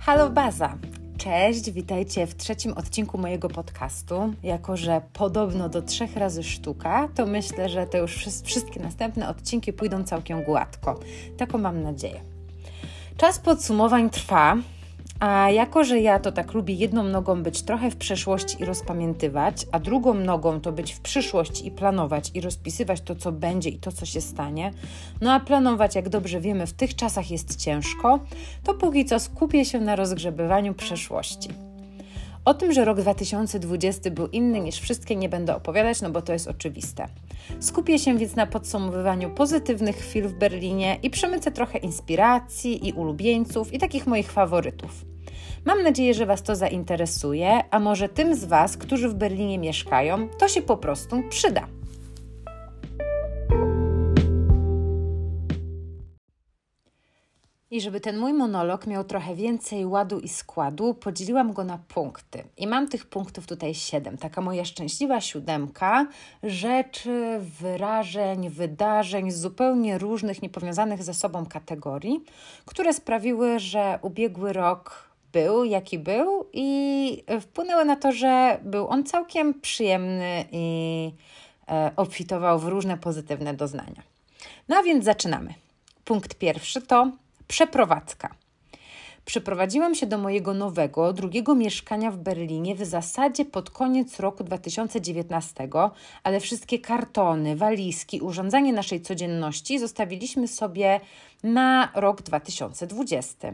Halo Baza! Cześć, witajcie w trzecim odcinku mojego podcastu. Jako że podobno do 3 razy sztuka, to myślę, że te już wszystkie następne odcinki pójdą całkiem gładko. Taką mam nadzieję. Czas podsumowań trwa, a jako że ja to tak lubię jedną nogą być trochę w przeszłości i rozpamiętywać, a drugą nogą to być w przyszłości i planować i rozpisywać to, co będzie i to, co się stanie, no a planować, jak dobrze wiemy, w tych czasach jest ciężko, to póki co skupię się na rozgrzebywaniu przeszłości. O tym, że rok 2020 był inny niż wszystkie, nie będę opowiadać, no bo to jest oczywiste. Skupię się więc na podsumowywaniu pozytywnych chwil w Berlinie i przemycę trochę inspiracji i ulubieńców i takich moich faworytów. Mam nadzieję, że Was to zainteresuje, a może tym z Was, którzy w Berlinie mieszkają, to się po prostu przyda. I żeby ten mój monolog miał trochę więcej ładu i składu, podzieliłam go na punkty. I mam tych punktów tutaj 7. Taka moja szczęśliwa 7 rzeczy, wyrażeń, wydarzeń z zupełnie różnych, niepowiązanych ze sobą kategorii, które sprawiły, że ubiegły rok był, jaki był i wpłynęły na to, że był on całkiem przyjemny i obfitował w różne pozytywne doznania. No a więc zaczynamy. Punkt pierwszy to przeprowadzka. Przeprowadziłam się do mojego nowego, drugiego mieszkania w Berlinie w zasadzie pod koniec roku 2019, ale wszystkie kartony, walizki, urządzanie naszej codzienności zostawiliśmy sobie na rok 2020.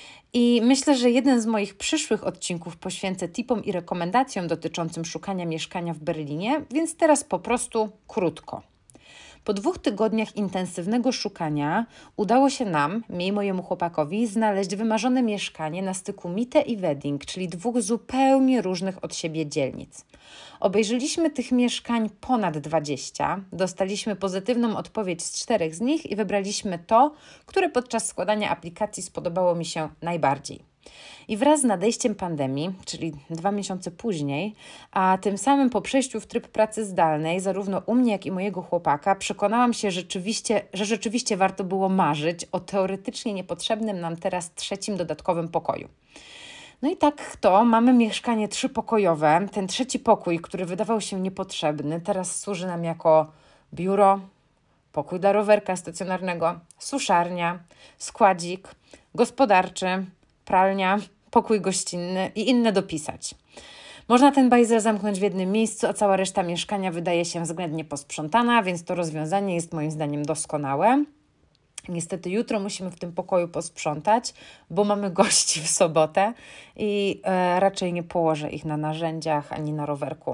I myślę, że jeden z moich przyszłych odcinków poświęcę tipom i rekomendacjom dotyczącym szukania mieszkania w Berlinie, więc teraz po prostu krótko. Po 2 tygodniach intensywnego szukania udało się nam, mi i mojemu chłopakowi, znaleźć wymarzone mieszkanie na styku Mitte i Wedding, czyli 2 zupełnie różnych od siebie dzielnic. Obejrzeliśmy tych mieszkań ponad 20, dostaliśmy pozytywną odpowiedź z 4 z nich i wybraliśmy to, które podczas składania aplikacji spodobało mi się najbardziej. I wraz z nadejściem pandemii, czyli 2 miesiące później, a tym samym po przejściu w tryb pracy zdalnej, zarówno u mnie, jak i mojego chłopaka, przekonałam się, że rzeczywiście warto było marzyć o teoretycznie niepotrzebnym nam teraz 3. dodatkowym pokoju. No i tak to mamy mieszkanie 3-pokojowe. Ten 3. pokój, który wydawał się niepotrzebny, teraz służy nam jako biuro, pokój dla rowerka stacjonarnego, suszarnia, składzik, gospodarczy, pralnia, pokój gościnny i inne dopisać. Można ten bajzel zamknąć w jednym miejscu, a cała reszta mieszkania wydaje się względnie posprzątana, więc to rozwiązanie jest moim zdaniem doskonałe. Niestety jutro musimy w tym pokoju posprzątać, bo mamy gości w sobotę i raczej nie położę ich na narzędziach ani na rowerku.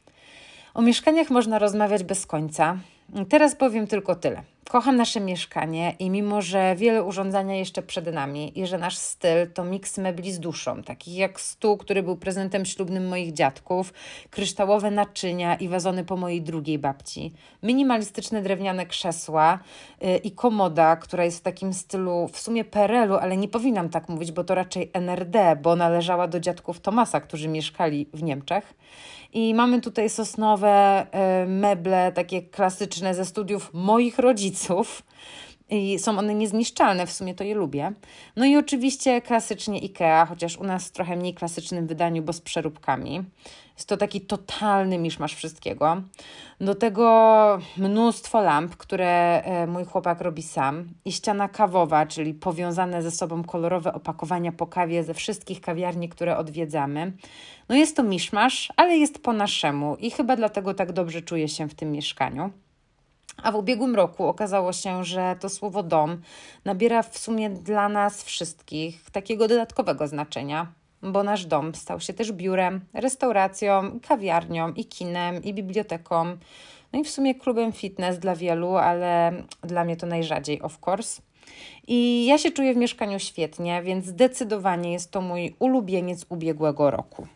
O mieszkaniach można rozmawiać bez końca. Teraz powiem tylko tyle. Kocham nasze mieszkanie i mimo, że wiele urządzenia jeszcze przed nami i że nasz styl to miks mebli z duszą, takich jak stół, który był prezentem ślubnym moich dziadków, kryształowe naczynia i wazony po mojej drugiej babci, minimalistyczne drewniane krzesła i komoda, która jest w takim stylu w sumie PRL-u, ale nie powinnam tak mówić, bo to raczej NRD, bo należała do dziadków Tomasa, którzy mieszkali w Niemczech. I mamy tutaj sosnowe meble, takie klasyczne ze studiów moich rodziców. I są one niezniszczalne, w sumie to je lubię. No i oczywiście klasycznie IKEA, chociaż u nas w trochę mniej klasycznym wydaniu, bo z przeróbkami. Jest to taki totalny miszmasz wszystkiego. Do tego mnóstwo lamp, które mój chłopak robi sam. I ściana kawowa, czyli powiązane ze sobą kolorowe opakowania po kawie ze wszystkich kawiarni, które odwiedzamy. No jest to miszmasz, ale jest po naszemu i chyba dlatego tak dobrze czuję się w tym mieszkaniu. A w ubiegłym roku okazało się, że to słowo dom nabiera w sumie dla nas wszystkich takiego dodatkowego znaczenia, bo nasz dom stał się też biurem, restauracją, kawiarnią i kinem i biblioteką, no i w sumie klubem fitness dla wielu, ale dla mnie to najrzadziej, of course. I ja się czuję w mieszkaniu świetnie, więc zdecydowanie jest to mój ulubieniec ubiegłego roku.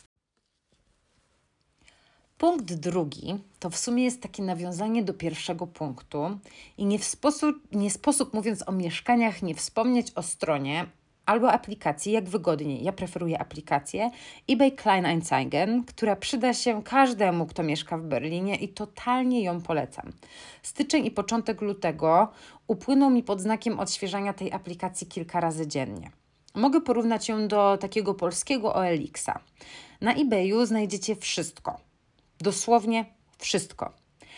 Punkt drugi to w sumie jest takie nawiązanie do pierwszego punktu i nie sposób mówiąc o mieszkaniach nie wspomnieć o stronie albo aplikacji, jak wygodniej. Ja preferuję aplikację eBay Kleinanzeigen, która przyda się każdemu, kto mieszka w Berlinie i totalnie ją polecam. Styczeń i początek lutego upłynął mi pod znakiem odświeżania tej aplikacji kilka razy dziennie. Mogę porównać ją do takiego polskiego OLX-a. Na eBayu znajdziecie wszystko. Dosłownie wszystko.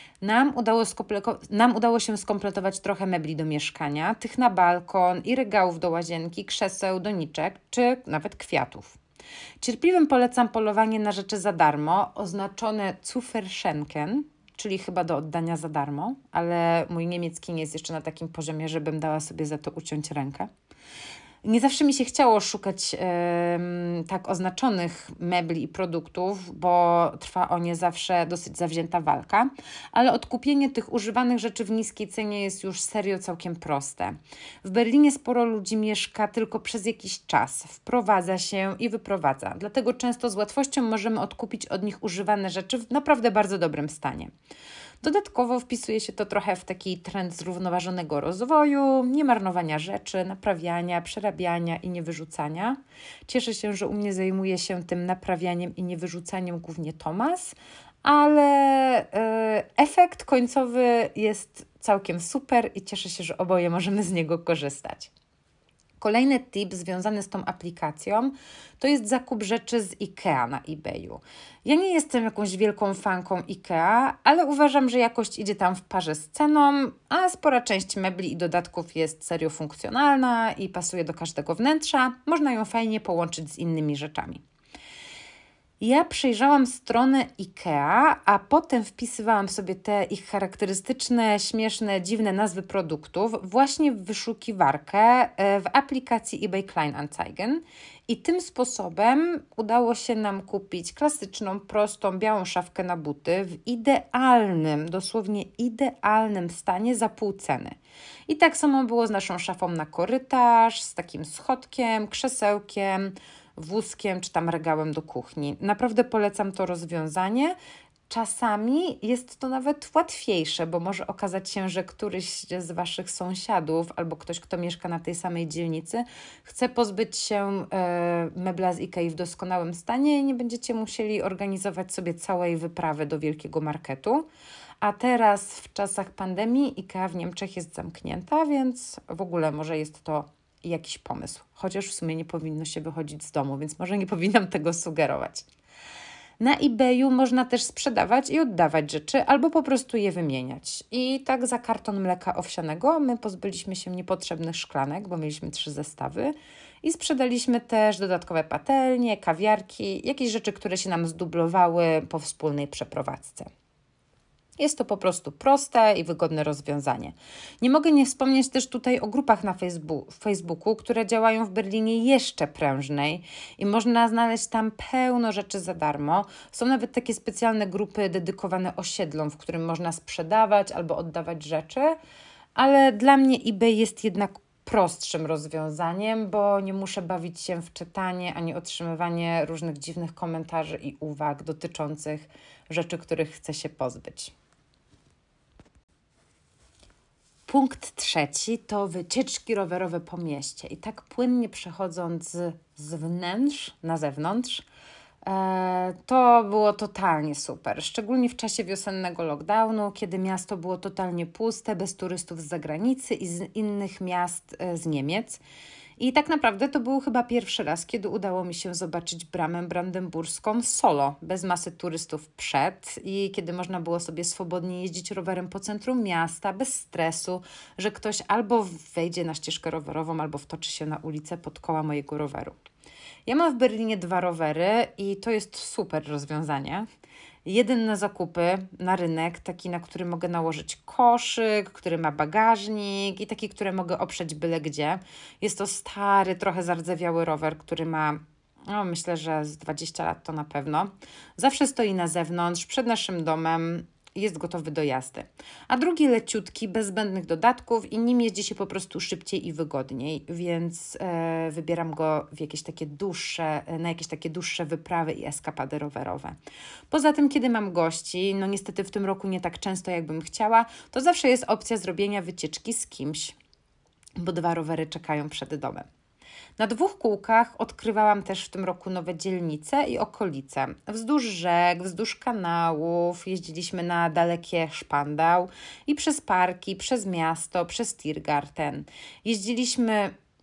Nam udało się skompletować trochę mebli do mieszkania, tych na balkon i regałów do łazienki, krzeseł, doniczek czy nawet kwiatów. Cierpliwym polecam polowanie na rzeczy za darmo, oznaczone Zuverschenken, czyli chyba do oddania za darmo, ale mój niemiecki nie jest jeszcze na takim poziomie, żebym dała sobie za to uciąć rękę. Nie zawsze mi się chciało szukać tak oznaczonych mebli i produktów, bo trwa o nie zawsze dosyć zawzięta walka, ale odkupienie tych używanych rzeczy w niskiej cenie jest już serio całkiem proste. W Berlinie sporo ludzi mieszka tylko przez jakiś czas, wprowadza się i wyprowadza, dlatego często z łatwością możemy odkupić od nich używane rzeczy w naprawdę bardzo dobrym stanie. Dodatkowo wpisuje się to trochę w taki trend zrównoważonego rozwoju, nie marnowania rzeczy, naprawiania, przerabiania i niewyrzucania. Cieszę się, że u mnie zajmuje się tym naprawianiem i niewyrzucaniem głównie Tomasz, ale efekt końcowy jest całkiem super i cieszę się, że oboje możemy z niego korzystać. Kolejny tip związany z tą aplikacją to jest zakup rzeczy z IKEA na eBayu. Ja nie jestem jakąś wielką fanką IKEA, ale uważam, że jakość idzie tam w parze z ceną, a spora część mebli i dodatków jest serio funkcjonalna i pasuje do każdego wnętrza. Można ją fajnie połączyć z innymi rzeczami. Ja przejrzałam stronę IKEA, a potem wpisywałam sobie te ich charakterystyczne, śmieszne, dziwne nazwy produktów właśnie w wyszukiwarkę w aplikacji eBay Kleinanzeigen i tym sposobem udało się nam kupić klasyczną, prostą, białą szafkę na buty w idealnym, dosłownie idealnym stanie za pół ceny. I tak samo było z naszą szafą na korytarz, z takim schodkiem, krzesełkiem, wózkiem czy tam regałem do kuchni. Naprawdę polecam to rozwiązanie. Czasami jest to nawet łatwiejsze, bo może okazać się, że któryś z Waszych sąsiadów albo ktoś, kto mieszka na tej samej dzielnicy, chce pozbyć się mebla z IKEA w doskonałym stanie i nie będziecie musieli organizować sobie całej wyprawy do wielkiego marketu. A teraz w czasach pandemii IKEA w Niemczech jest zamknięta, więc w ogóle może jest to jakiś pomysł. Chociaż w sumie nie powinno się wychodzić z domu, więc może nie powinnam tego sugerować. Na eBayu można też sprzedawać i oddawać rzeczy, albo po prostu je wymieniać. I tak za karton mleka owsianego my pozbyliśmy się niepotrzebnych szklanek, bo mieliśmy 3 zestawy i sprzedaliśmy też dodatkowe patelnie, kawiarki, jakieś rzeczy, które się nam zdublowały po wspólnej przeprowadzce. Jest to po prostu proste i wygodne rozwiązanie. Nie mogę nie wspomnieć też tutaj o grupach na Facebooku, które działają w Berlinie jeszcze prężnej i można znaleźć tam pełno rzeczy za darmo. Są nawet takie specjalne grupy dedykowane osiedlom, w którym można sprzedawać albo oddawać rzeczy, ale dla mnie eBay jest jednak prostszym rozwiązaniem, bo nie muszę bawić się w czytanie ani otrzymywanie różnych dziwnych komentarzy i uwag dotyczących rzeczy, których chcę się pozbyć. Punkt 3 to wycieczki rowerowe po mieście. I tak płynnie przechodząc z wnętrz na zewnątrz, to było totalnie super. Szczególnie w czasie wiosennego lockdownu, kiedy miasto było totalnie puste, bez turystów z zagranicy i z innych miast z Niemiec. I tak naprawdę to był chyba pierwszy raz, kiedy udało mi się zobaczyć Bramę Brandenburską solo, bez masy turystów przed i kiedy można było sobie swobodnie jeździć rowerem po centrum miasta, bez stresu, że ktoś albo wejdzie na ścieżkę rowerową, albo wtoczy się na ulicę pod koła mojego roweru. Ja mam w Berlinie 2 rowery i to jest super rozwiązanie. Jeden na zakupy, na rynek, taki, na który mogę nałożyć koszyk, który ma bagażnik i taki, który mogę oprzeć byle gdzie. Jest to stary, trochę zardzewiały rower, który ma, myślę, że z 20 lat to na pewno. Zawsze stoi na zewnątrz, przed naszym domem, jest gotowy do jazdy. A drugi leciutki, bez zbędnych dodatków i nim jeździ się po prostu szybciej i wygodniej, więc wybieram go w na jakieś takie dłuższe wyprawy i eskapady rowerowe. Poza tym, kiedy mam gości, no niestety w tym roku nie tak często, jakbym chciała, to zawsze jest opcja zrobienia wycieczki z kimś, bo 2 rowery czekają przed domem. Na 2 kółkach odkrywałam też w tym roku nowe dzielnice i okolice. Wzdłuż rzek, wzdłuż kanałów, jeździliśmy na dalekie Spandau i przez parki, przez miasto, przez Tiergarten. Jeździliśmy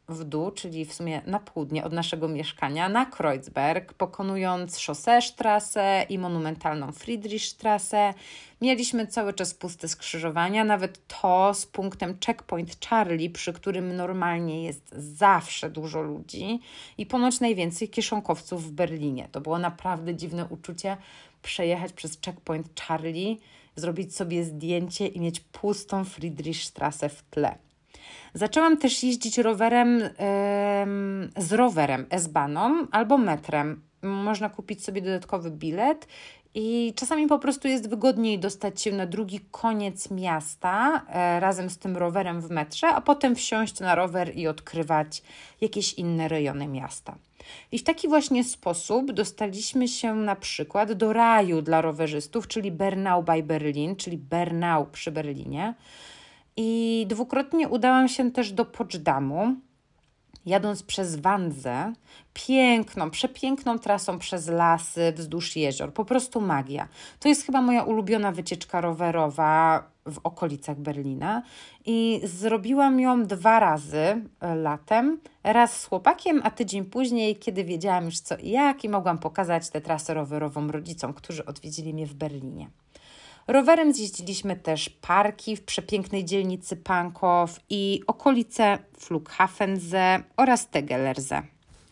w dół, czyli w sumie na południe od naszego mieszkania, na Kreuzberg, pokonując Chausseestraße i monumentalną Friedrichstraße. Mieliśmy cały czas puste skrzyżowania, nawet to z punktem Checkpoint Charlie, przy którym normalnie jest zawsze dużo ludzi i ponoć najwięcej kieszonkowców w Berlinie. To było naprawdę dziwne uczucie, przejechać przez Checkpoint Charlie, zrobić sobie zdjęcie i mieć pustą Friedrichstraße w tle. Zaczęłam też jeździć rowerem z rowerem S-Bahną albo metrem. Można kupić sobie dodatkowy bilet i czasami po prostu jest wygodniej dostać się na drugi koniec miasta razem z tym rowerem w metrze, a potem wsiąść na rower i odkrywać jakieś inne rejony miasta. I w taki właśnie sposób dostaliśmy się na przykład do raju dla rowerzystów, czyli Bernau bei Berlin, czyli Bernau przy Berlinie. I dwukrotnie udałam się też do Poczdamу, jadąc przez Wandzę, przepiękną trasą przez lasy, wzdłuż jezior. Po prostu magia. To jest chyba moja ulubiona wycieczka rowerowa w okolicach Berlina i zrobiłam ją 2 razy latem. Raz z chłopakiem, a tydzień później, kiedy wiedziałam już co i jak i mogłam pokazać tę trasę rowerową rodzicom, którzy odwiedzili mnie w Berlinie. Rowerem zjeździliśmy też parki w przepięknej dzielnicy Pankow i okolice Flughafense oraz Tegernsee.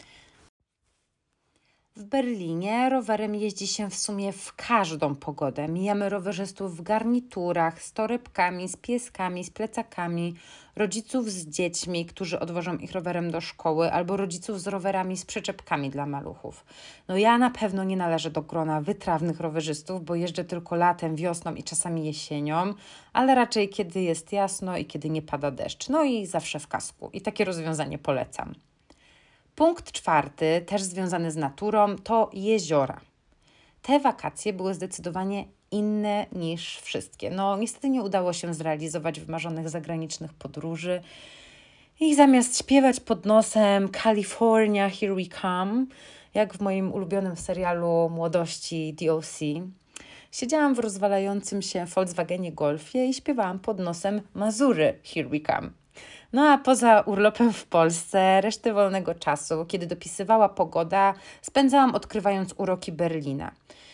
W Berlinie rowerem jeździ się w sumie w każdą pogodę. Mijamy rowerzystów w garniturach, z torebkami, z pieskami, z plecakami, rodziców z dziećmi, którzy odwożą ich rowerem do szkoły, albo rodziców z rowerami z przyczepkami dla maluchów. No ja na pewno nie należę do grona wytrawnych rowerzystów, bo jeżdżę tylko latem, wiosną i czasami jesienią, ale raczej kiedy jest jasno i kiedy nie pada deszcz. No i zawsze w kasku. I takie rozwiązanie polecam. Punkt 4, też związany z naturą, to jeziora. Te wakacje były zdecydowanie inne niż wszystkie. No niestety nie udało się zrealizować wymarzonych zagranicznych podróży i zamiast śpiewać pod nosem California, here we come, jak w moim ulubionym serialu młodości DOC, siedziałam w rozwalającym się Volkswagenie Golfie i śpiewałam pod nosem Mazury, here we come. No a poza urlopem w Polsce, resztę wolnego czasu, kiedy dopisywała pogoda, spędzałam odkrywając uroki Berlina.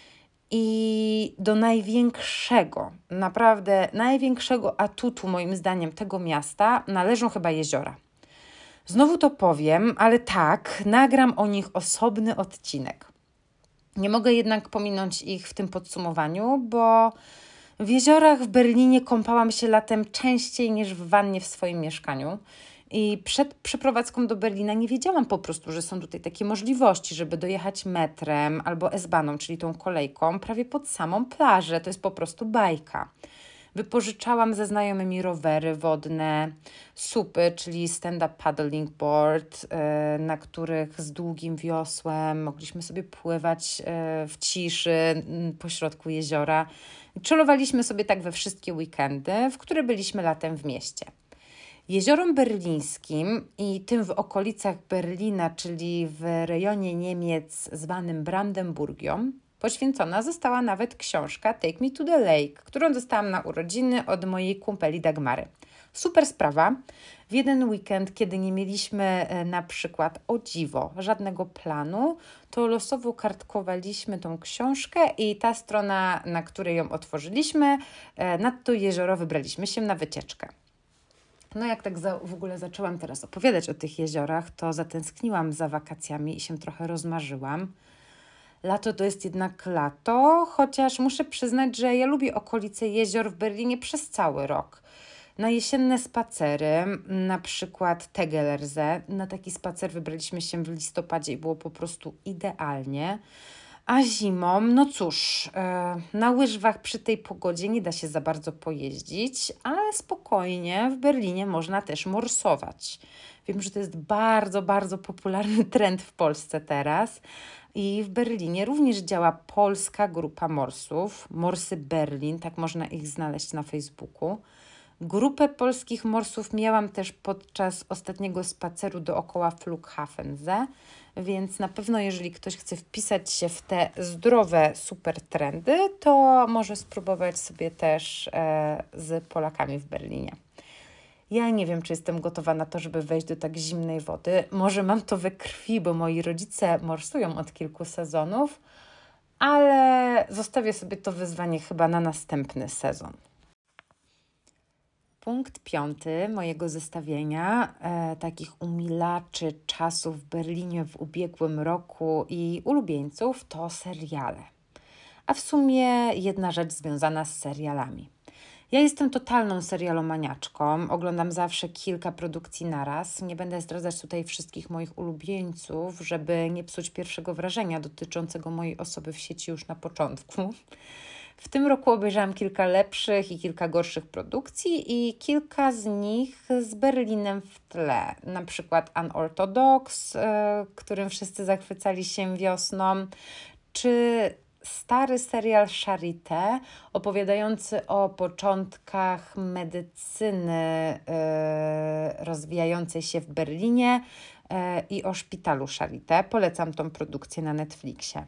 I do naprawdę największego atutu moim zdaniem tego miasta należą chyba jeziora. Znowu to powiem, ale tak, nagram o nich osobny odcinek. Nie mogę jednak pominąć ich w tym podsumowaniu, bo w jeziorach w Berlinie kąpałam się latem częściej niż w wannie w swoim mieszkaniu. I przed przeprowadzką do Berlina nie wiedziałam po prostu, że są tutaj takie możliwości, żeby dojechać metrem albo S-Bahną, czyli tą kolejką, prawie pod samą plażę. To jest po prostu bajka. Wypożyczałam ze znajomymi rowery wodne, supy, czyli stand-up paddling board, na których z długim wiosłem mogliśmy sobie pływać w ciszy pośrodku jeziora. Chillowaliśmy sobie tak we wszystkie weekendy, w które byliśmy latem w mieście. Jeziorom berlińskim i tym w okolicach Berlina, czyli w rejonie Niemiec zwanym Brandenburgią, poświęcona została nawet książka Take Me to the Lake, którą dostałam na urodziny od mojej kumpeli Dagmary. Super sprawa. W jeden weekend, kiedy nie mieliśmy na przykład o dziwo żadnego planu, to losowo kartkowaliśmy tą książkę i ta strona, na której ją otworzyliśmy, nad to jezioro wybraliśmy się na wycieczkę. No jak tak w ogóle zaczęłam teraz opowiadać o tych jeziorach, to zatęskniłam za wakacjami i się trochę rozmarzyłam. Lato to jest jednak lato, chociaż muszę przyznać, że ja lubię okolice jezior w Berlinie przez cały rok. Na jesienne spacery, na przykład Tegernsee, na taki spacer wybraliśmy się w listopadzie i było po prostu idealnie. A zimą, no cóż, na łyżwach przy tej pogodzie nie da się za bardzo pojeździć, ale spokojnie w Berlinie można też morsować. Wiem, że to jest bardzo, bardzo popularny trend w Polsce teraz i w Berlinie również działa polska grupa morsów, Morsy Berlin, tak można ich znaleźć na Facebooku. Grupę polskich morsów miałam też podczas ostatniego spaceru dookoła Flughafense, więc na pewno jeżeli ktoś chce wpisać się w te zdrowe super trendy, to może spróbować sobie też z Polakami w Berlinie. Ja nie wiem, czy jestem gotowa na to, żeby wejść do tak zimnej wody. Może mam to we krwi, bo moi rodzice morsują od kilku sezonów, ale zostawię sobie to wyzwanie chyba na następny sezon. Punkt 5 mojego zestawienia takich umilaczy czasu w Berlinie w ubiegłym roku i ulubieńców to seriale. A w sumie jedna rzecz związana z serialami. Ja jestem totalną serialomaniaczką, oglądam zawsze kilka produkcji naraz. Nie będę zdradzać tutaj wszystkich moich ulubieńców, żeby nie psuć pierwszego wrażenia dotyczącego mojej osoby w sieci już na początku. W tym roku obejrzałam kilka lepszych i kilka gorszych produkcji i kilka z nich z Berlinem w tle. Na przykład Unorthodox, którym wszyscy zachwycali się wiosną, czy stary serial Charité opowiadający o początkach medycyny rozwijającej się w Berlinie i o szpitalu Charité. Polecam tą produkcję na Netflixie.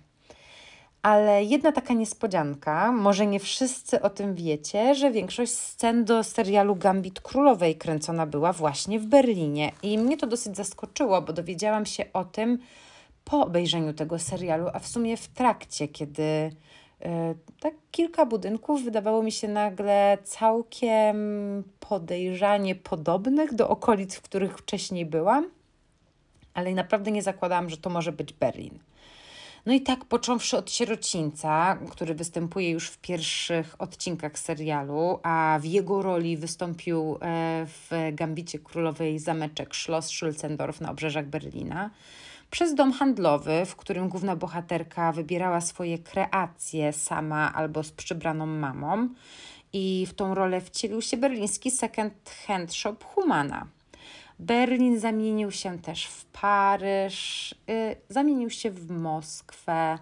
Ale jedna taka niespodzianka, może nie wszyscy o tym wiecie, że większość scen do serialu Gambit Królowej kręcona była właśnie w Berlinie. I mnie to dosyć zaskoczyło, bo dowiedziałam się o tym po obejrzeniu tego serialu, a w sumie w trakcie, kiedy tak kilka budynków wydawało mi się nagle całkiem podejrzanie podobnych do okolic, w których wcześniej byłam, ale naprawdę nie zakładałam, że to może być Berlin. No i tak począwszy od sierocińca, który występuje już w pierwszych odcinkach serialu, a w jego roli wystąpił w Gambicie Królowej zameczek Schloss Schulzendorf na obrzeżach Berlina, przez dom handlowy, w którym główna bohaterka wybierała swoje kreacje sama albo z przybraną mamą i w tą rolę wcielił się berliński second hand shop Humana. Berlin zamienił się też w Paryż, zamienił się w Moskwę,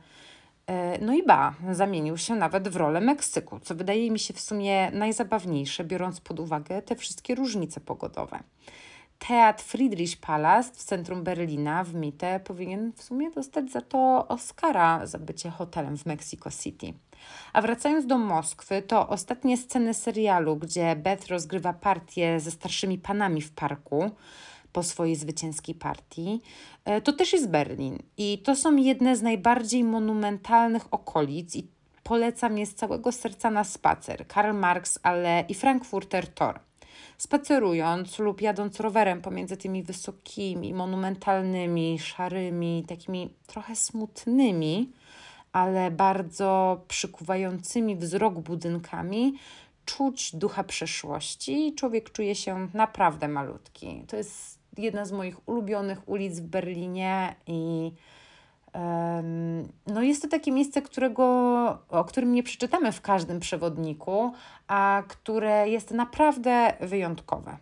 no i zamienił się nawet w rolę Meksyku, co wydaje mi się w sumie najzabawniejsze, biorąc pod uwagę te wszystkie różnice pogodowe. Teatr Friedrichspalast w centrum Berlina w Mitte powinien w sumie dostać za to Oscara za bycie hotelem w Mexico City. A wracając do Moskwy, to ostatnie sceny serialu, gdzie Beth rozgrywa partię ze starszymi panami w parku po swojej zwycięskiej partii, to też jest Berlin. I to są jedne z najbardziej monumentalnych okolic i polecam je z całego serca na spacer. Karl Marx, ale i Frankfurter Tor. Spacerując lub jadąc rowerem pomiędzy tymi wysokimi, monumentalnymi, szarymi, takimi trochę smutnymi, ale bardzo przykuwającymi wzrok budynkami, czuć ducha przeszłości i człowiek czuje się naprawdę malutki. To jest jedna z moich ulubionych ulic w Berlinie i no jest to takie miejsce, o którym nie przeczytamy w każdym przewodniku, a które jest naprawdę wyjątkowe.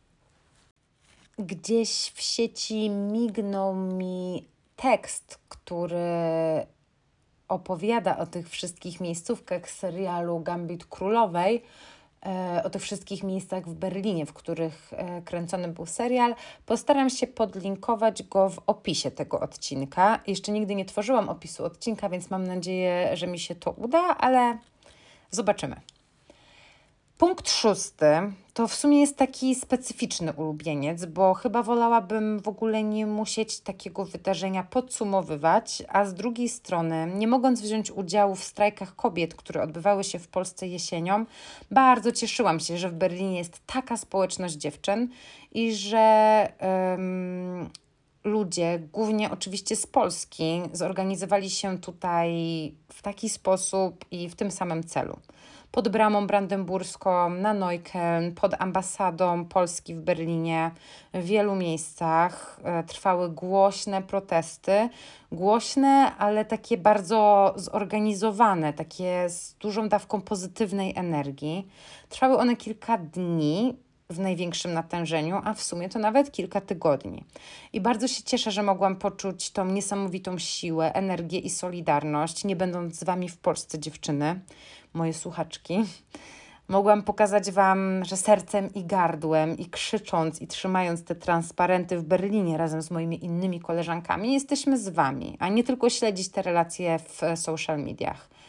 Gdzieś w sieci mignął mi tekst, który opowiada o tych wszystkich miejscówkach serialu Gambit Królowej, o tych wszystkich miejscach w Berlinie, w których kręcony był serial. Postaram się podlinkować go w opisie tego odcinka. Jeszcze nigdy nie tworzyłam opisu odcinka, więc mam nadzieję, że mi się to uda, ale zobaczymy. Punkt 6 to w sumie jest taki specyficzny ulubieniec, bo chyba wolałabym w ogóle nie musieć takiego wydarzenia podsumowywać, a z drugiej strony, nie mogąc wziąć udziału w strajkach kobiet, które odbywały się w Polsce jesienią, bardzo cieszyłam się, że w Berlinie jest taka społeczność dziewczyn i że ludzie, głównie oczywiście z Polski, zorganizowali się tutaj w taki sposób i w tym samym celu. Pod bramą brandenburską, na Neukölln, pod ambasadą Polski w Berlinie, w wielu miejscach trwały głośne protesty. Głośne, ale takie bardzo zorganizowane, takie z dużą dawką pozytywnej energii. Trwały one kilka dni w największym natężeniu, a w sumie to nawet kilka tygodni. I bardzo się cieszę, że mogłam poczuć tą niesamowitą siłę, energię i solidarność, nie będąc z Wami w Polsce, dziewczyny, moje słuchaczki. Mogłam pokazać Wam, że sercem i gardłem i krzycząc i trzymając te transparenty w Berlinie razem z moimi innymi koleżankami jesteśmy z Wami, a nie tylko śledzić te relacje w social mediach.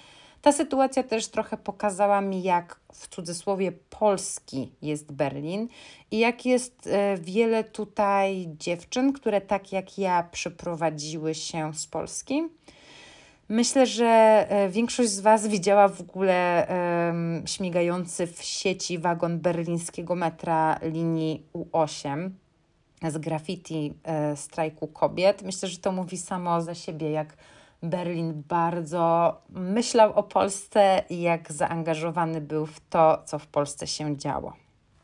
Ta sytuacja też trochę pokazała mi, jak w cudzysłowie polski jest Berlin i jak jest wiele tutaj dziewczyn, które tak jak ja przeprowadziły się z Polski. Myślę, że większość z Was widziała w ogóle śmigający w sieci wagon berlińskiego metra linii U8 z graffiti strajku kobiet. Myślę, że to mówi samo za siebie, jak Berlin bardzo myślał o Polsce i jak zaangażowany był w to, co w Polsce się działo.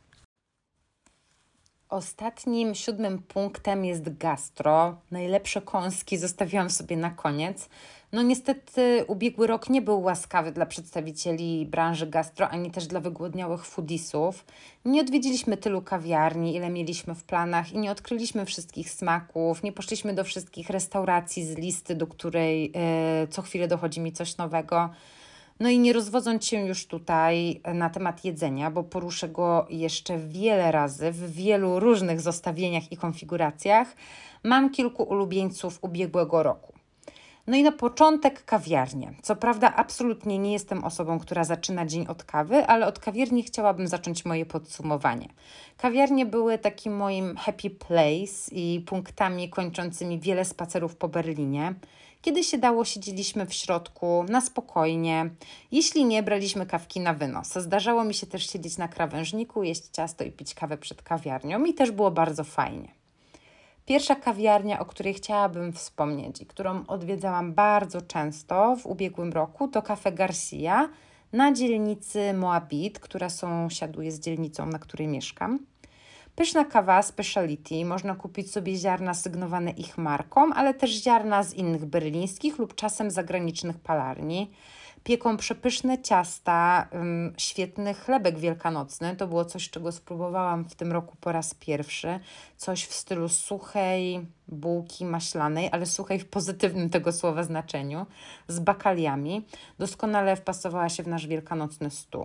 Ostatnim, 7. punktem jest gastro. Najlepsze kąski zostawiłam sobie na koniec. No niestety ubiegły rok nie był łaskawy dla przedstawicieli branży gastro, ani też dla wygłodniałych foodisów. Nie odwiedziliśmy tylu kawiarni, ile mieliśmy w planach i nie odkryliśmy wszystkich smaków, nie poszliśmy do wszystkich restauracji z listy, do której co chwilę dochodzi mi coś nowego. No i nie rozwodząc się już tutaj na temat jedzenia, bo poruszę go jeszcze wiele razy w wielu różnych zestawieniach i konfiguracjach, mam kilku ulubieńców ubiegłego roku. No i na początek kawiarnie. Co prawda absolutnie nie jestem osobą, która zaczyna dzień od kawy, ale od kawiarni chciałabym zacząć moje podsumowanie. Kawiarnie były takim moim happy place i punktami kończącymi wiele spacerów po Berlinie. Kiedy się dało, siedzieliśmy w środku na spokojnie. Jeśli nie, braliśmy kawki na wynos. Zdarzało mi się też siedzieć na krawężniku, jeść ciasto i pić kawę przed kawiarnią i też było bardzo fajnie. Pierwsza kawiarnia, o której chciałabym wspomnieć i którą odwiedzałam bardzo często w ubiegłym roku, to Cafe Garcia na dzielnicy Moabit, która sąsiaduje z dzielnicą, na której mieszkam. Pyszna kawa speciality, można kupić sobie ziarna sygnowane ich marką, ale też ziarna z innych berlińskich lub czasem zagranicznych palarni. Pieką przepyszne ciasta, świetny chlebek wielkanocny. To było coś, czego spróbowałam w tym roku po raz pierwszy. Coś w stylu suchej bułki maślanej, ale suchej w pozytywnym tego słowa znaczeniu, z bakaliami. Doskonale wpasowała się w nasz wielkanocny stół.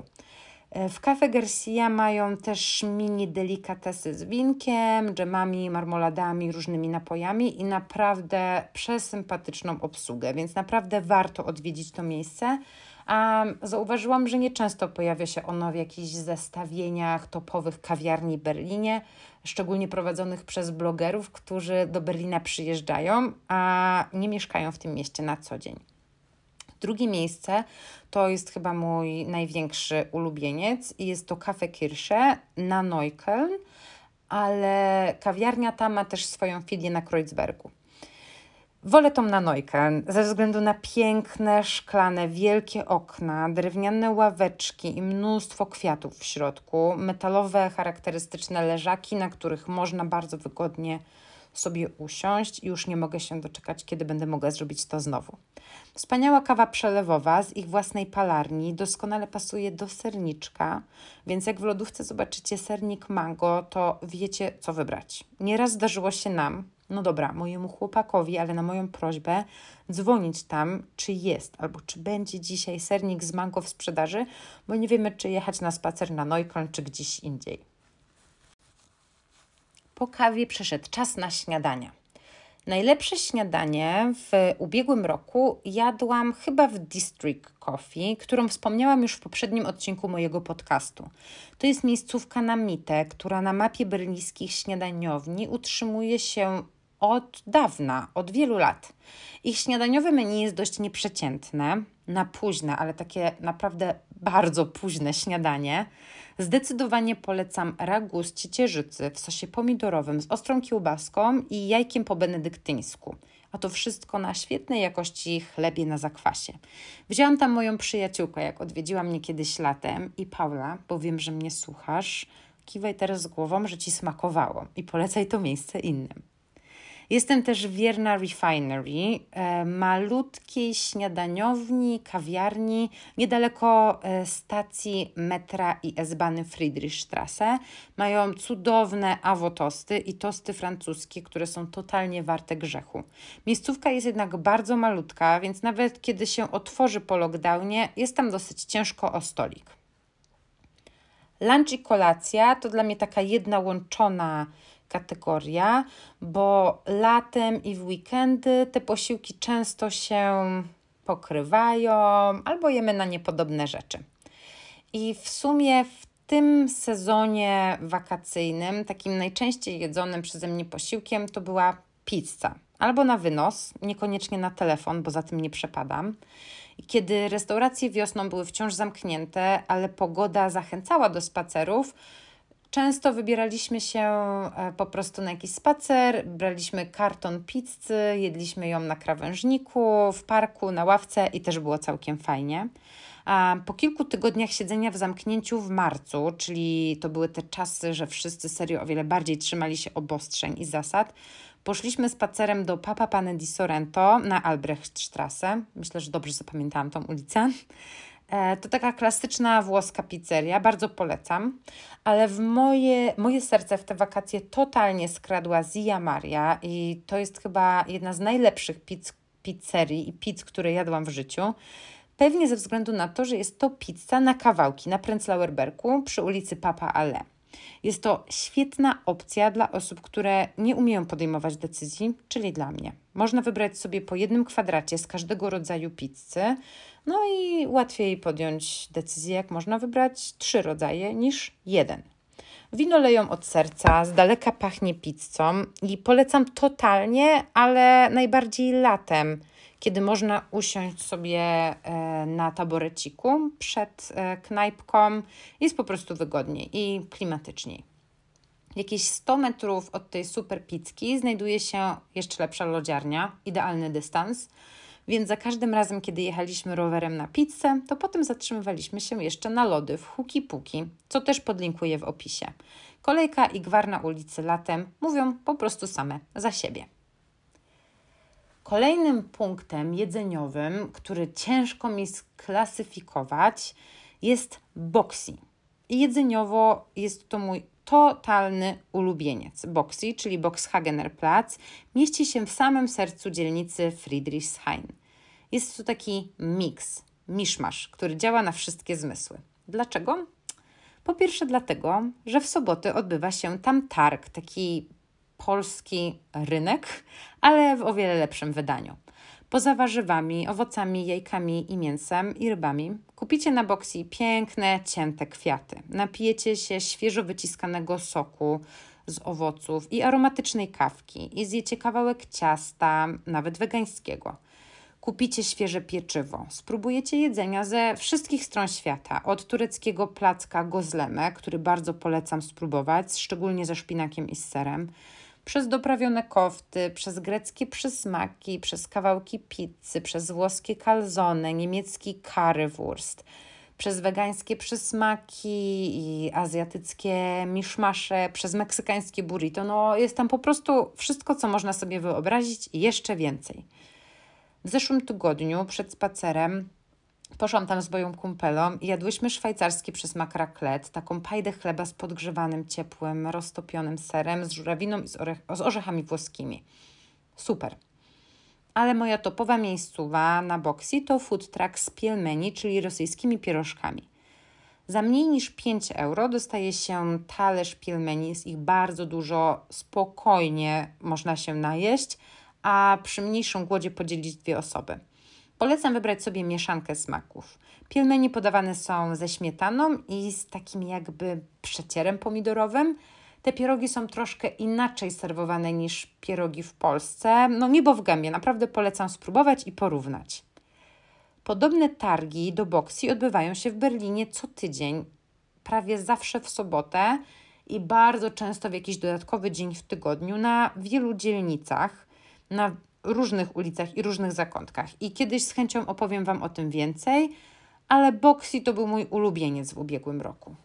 W Cafe Garcia mają też mini delikatesy z winkiem, dżemami, marmoladami, różnymi napojami i naprawdę przesympatyczną obsługę, więc naprawdę warto odwiedzić to miejsce. A zauważyłam, że nieczęsto pojawia się ono w jakichś zestawieniach topowych kawiarni w Berlinie, szczególnie prowadzonych przez blogerów, którzy do Berlina przyjeżdżają, a nie mieszkają w tym mieście na co dzień. Drugie miejsce to jest chyba mój największy ulubieniec i jest to Cafe Kirsche na Neukölln, ale kawiarnia ta ma też swoją filię na Kreuzbergu. Wolę tą na Neukölln ze względu na piękne, szklane, wielkie okna, drewniane ławeczki i mnóstwo kwiatów w środku, metalowe, charakterystyczne leżaki, na których można bardzo wygodnie sobie usiąść i już nie mogę się doczekać, kiedy będę mogła zrobić to znowu. Wspaniała kawa przelewowa z ich własnej palarni doskonale pasuje do serniczka, więc jak w lodówce zobaczycie sernik mango, to wiecie, co wybrać. Nieraz zdarzyło się nam, no dobra, mojemu chłopakowi, ale na moją prośbę, dzwonić tam, czy jest albo czy będzie dzisiaj sernik z mango w sprzedaży, bo nie wiemy, czy jechać na spacer na Neukölln, czy gdzieś indziej. Po kawie przyszedł czas na śniadania. Najlepsze śniadanie w ubiegłym roku jadłam chyba w District Coffee, którą wspomniałam już w poprzednim odcinku mojego podcastu. To jest miejscówka na Mitte, która na mapie berlińskich śniadaniowni utrzymuje się od dawna, od wielu lat. Ich śniadaniowe menu jest dość nieprzeciętne, na późne, ale takie naprawdę bardzo późne śniadanie. Zdecydowanie polecam ragu z ciecierzycy w sosie pomidorowym z ostrą kiełbaską i jajkiem po benedyktyńsku. A to wszystko na świetnej jakości chlebie na zakwasie. Wzięłam tam moją przyjaciółkę, jak odwiedziła mnie kiedyś latem i Paula, bo wiem, że mnie słuchasz, kiwaj teraz głową, że Ci smakowało i polecaj to miejsce innym. Jestem też wierna Refinery, malutkiej śniadaniowni, kawiarni niedaleko stacji metra i S-Bahny Friedrichstraße. Mają cudowne awotosty i tosty francuskie, które są totalnie warte grzechu. Miejscówka jest jednak bardzo malutka, więc nawet kiedy się otworzy po lockdownie, jest tam dosyć ciężko o stolik. Lunch i kolacja to dla mnie taka jedna łączona kategoria, bo latem i w weekendy te posiłki często się pokrywają albo jemy na nie podobne rzeczy. I w sumie w tym sezonie wakacyjnym takim najczęściej jedzonym przeze mnie posiłkiem to była pizza. Albo na wynos, niekoniecznie na telefon, bo za tym nie przepadam. I kiedy restauracje wiosną były wciąż zamknięte, ale pogoda zachęcała do spacerów, często wybieraliśmy się po prostu na jakiś spacer, braliśmy karton pizzy, jedliśmy ją na krawężniku, w parku, na ławce i też było całkiem fajnie. A po kilku tygodniach siedzenia w zamknięciu w marcu, czyli to były te czasy, że wszyscy serio o wiele bardziej trzymali się obostrzeń i zasad, poszliśmy spacerem do Papa Pane di Sorrento na Albrechtstrasse. Myślę, że dobrze zapamiętałam tą ulicę. To taka klasyczna włoska pizzeria, bardzo polecam, ale w moje serce w te wakacje totalnie skradła Zia Maria i to jest chyba jedna z najlepszych pizzerii i pizz, które jadłam w życiu. Pewnie ze względu na to, że jest to pizza na kawałki na Prenzlauer Bergu przy ulicy Papa Ale. Jest to świetna opcja dla osób, które nie umieją podejmować decyzji, czyli dla mnie. Można wybrać sobie po jednym kwadracie z każdego rodzaju pizzy, no i łatwiej podjąć decyzję, jak można wybrać 3 rodzaje niż jeden. Wino leją od serca, z daleka pachnie pizzą i polecam totalnie, ale najbardziej latem, kiedy można usiąść sobie na taboreciku przed knajpką. Jest po prostu wygodniej i klimatyczniej. Jakieś 100 metrów od tej super pizzki znajduje się jeszcze lepsza lodziarnia, idealny dystans, więc za każdym razem, kiedy jechaliśmy rowerem na pizzę, to potem zatrzymywaliśmy się jeszcze na lody w Huki Puki, co też podlinkuję w opisie. Kolejka i gwar na ulicy latem mówią po prostu same za siebie. Kolejnym punktem jedzeniowym, który ciężko mi sklasyfikować, jest Boxy. I jedzeniowo jest to mój totalny ulubieniec. Boxy, czyli Boxhagener Platz, mieści się w samym sercu dzielnicy Friedrichshain. Jest to taki miszmasz, który działa na wszystkie zmysły. Dlaczego? Po pierwsze dlatego, że w soboty odbywa się tam targ, taki polski rynek, ale w o wiele lepszym wydaniu. Poza warzywami, owocami, jajkami i mięsem i rybami kupicie na Boxy piękne, cięte kwiaty. Napijecie się świeżo wyciskanego soku z owoców i aromatycznej kawki i zjecie kawałek ciasta, nawet wegańskiego. Kupicie świeże pieczywo, spróbujecie jedzenia ze wszystkich stron świata, od tureckiego placka gozleme, który bardzo polecam spróbować, szczególnie ze szpinakiem i z serem, przez doprawione kofty, przez greckie przysmaki, przez kawałki pizzy, przez włoskie calzone, niemiecki currywurst, przez wegańskie przysmaki i azjatyckie miszmasze, przez meksykańskie burrito. No jest tam po prostu wszystko, co można sobie wyobrazić i jeszcze więcej. W zeszłym tygodniu przed spacerem poszłam tam z moją kumpelą i jadłyśmy szwajcarski przysmak raclette, taką pajdę chleba z podgrzewanym, ciepłym, roztopionym serem, z żurawiną i z orzechami włoskimi. Super. Ale moja topowa miejscowa na Boxy to food truck z pielmeni, czyli rosyjskimi pierożkami. Za mniej niż 5 euro dostaje się talerz pielmeni, jest ich bardzo dużo, spokojnie można się najeść, a przy mniejszym głodzie podzielić 2 osoby. Polecam wybrać sobie mieszankę smaków. Pielmeni podawane są ze śmietaną i z takim jakby przecierem pomidorowym. Te pierogi są troszkę inaczej serwowane niż pierogi w Polsce. No niebo w gębie, naprawdę polecam spróbować i porównać. Podobne targi do Boxy odbywają się w Berlinie co tydzień, prawie zawsze w sobotę i bardzo często w jakiś dodatkowy dzień w tygodniu na wielu dzielnicach, na różnych ulicach i różnych zakątkach. I kiedyś z chęcią opowiem Wam o tym więcej, ale Boxy to był mój ulubieniec w ubiegłym roku.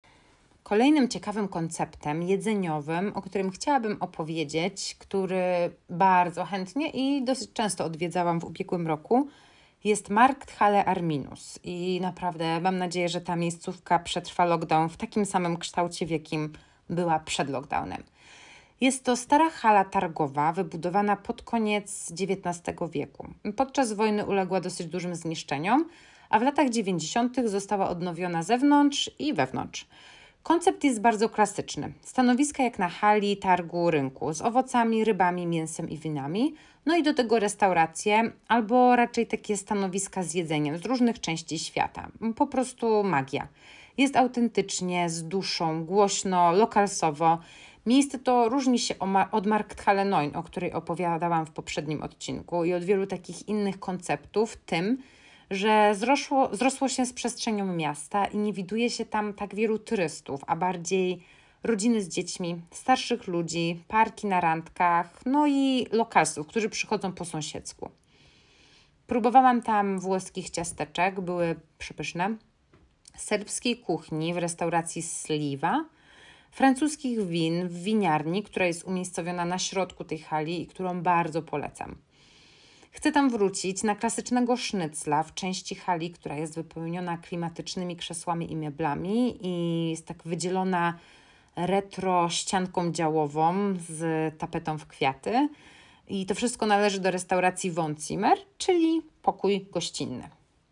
Kolejnym ciekawym konceptem jedzeniowym, o którym chciałabym opowiedzieć, który bardzo chętnie i dosyć często odwiedzałam w ubiegłym roku, jest Markthalle Arminus. I naprawdę mam nadzieję, że ta miejscówka przetrwa lockdown w takim samym kształcie, w jakim była przed lockdownem. Jest to stara hala targowa, wybudowana pod koniec XIX wieku. Podczas wojny uległa dosyć dużym zniszczeniom, a w latach 90. została odnowiona zewnątrz i wewnątrz. Koncept jest bardzo klasyczny. Stanowiska jak na hali, targu, rynku z owocami, rybami, mięsem i winami. No i do tego restauracje albo raczej takie stanowiska z jedzeniem z różnych części świata. Po prostu magia. Jest autentycznie, z duszą, głośno, lokalsowo. Miejsce to różni się od Markthalle 9, o której opowiadałam w poprzednim odcinku i od wielu takich innych konceptów tym, że zrosło się z przestrzenią miasta i nie widuje się tam tak wielu turystów, a bardziej rodziny z dziećmi, starszych ludzi, parki na randkach, no i lokalsów, którzy przychodzą po sąsiedzku. Próbowałam tam włoskich ciasteczek, były przepyszne, serbskiej kuchni w restauracji Sliwa, francuskich win w winiarni, która jest umiejscowiona na środku tej hali i którą bardzo polecam. Chcę tam wrócić na klasycznego sznycla w części hali, która jest wypełniona klimatycznymi krzesłami i meblami i jest tak wydzielona retro ścianką działową z tapetą w kwiaty. I to wszystko należy do restauracji Wohnzimmer, czyli pokój gościnny.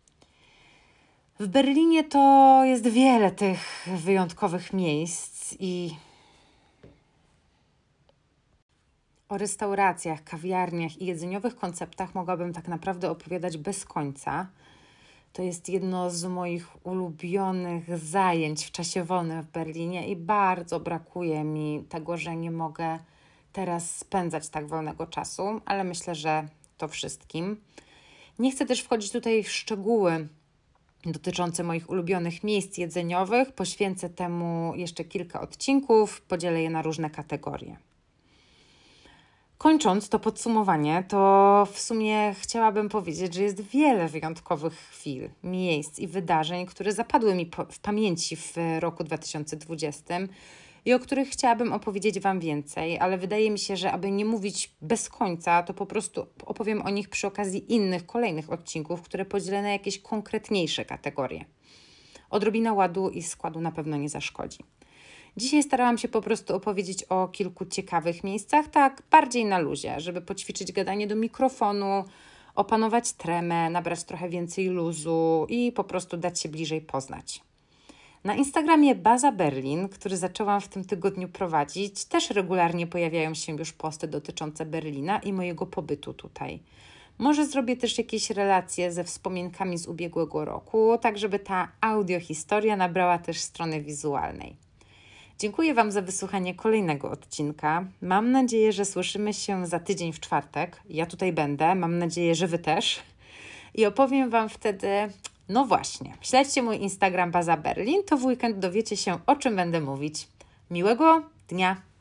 W Berlinie to jest wiele tych wyjątkowych miejsc i o restauracjach, kawiarniach i jedzeniowych konceptach mogłabym tak naprawdę opowiadać bez końca. To jest jedno z moich ulubionych zajęć w czasie wolnym w Berlinie i bardzo brakuje mi tego, że nie mogę teraz spędzać tak wolnego czasu, ale myślę, że to wszystkim. Nie chcę też wchodzić tutaj w szczegóły dotyczące moich ulubionych miejsc jedzeniowych. Poświęcę temu jeszcze kilka odcinków, podzielę je na różne kategorie. Kończąc to podsumowanie, to w sumie chciałabym powiedzieć, że jest wiele wyjątkowych chwil, miejsc i wydarzeń, które zapadły mi w pamięci w roku 2020 i o których chciałabym opowiedzieć Wam więcej, ale wydaje mi się, że aby nie mówić bez końca, to po prostu opowiem o nich przy okazji innych, kolejnych odcinków, które podzielę na jakieś konkretniejsze kategorie. Odrobina ładu i składu na pewno nie zaszkodzi. Dzisiaj starałam się po prostu opowiedzieć o kilku ciekawych miejscach, tak bardziej na luzie, żeby poćwiczyć gadanie do mikrofonu, opanować tremę, nabrać trochę więcej luzu i po prostu dać się bliżej poznać. Na Instagramie Baza Berlin, który zaczęłam w tym tygodniu prowadzić, też regularnie pojawiają się już posty dotyczące Berlina i mojego pobytu tutaj. Może zrobię też jakieś relacje ze wspominkami z ubiegłego roku, tak żeby ta audiohistoria nabrała też strony wizualnej. Dziękuję Wam za wysłuchanie kolejnego odcinka. Mam nadzieję, że słyszymy się za tydzień w czwartek. Ja tutaj będę, mam nadzieję, że Wy też. I opowiem Wam wtedy, no właśnie, śledźcie mój Instagram Baza Berlin, to w weekend dowiecie się, o czym będę mówić. Miłego dnia!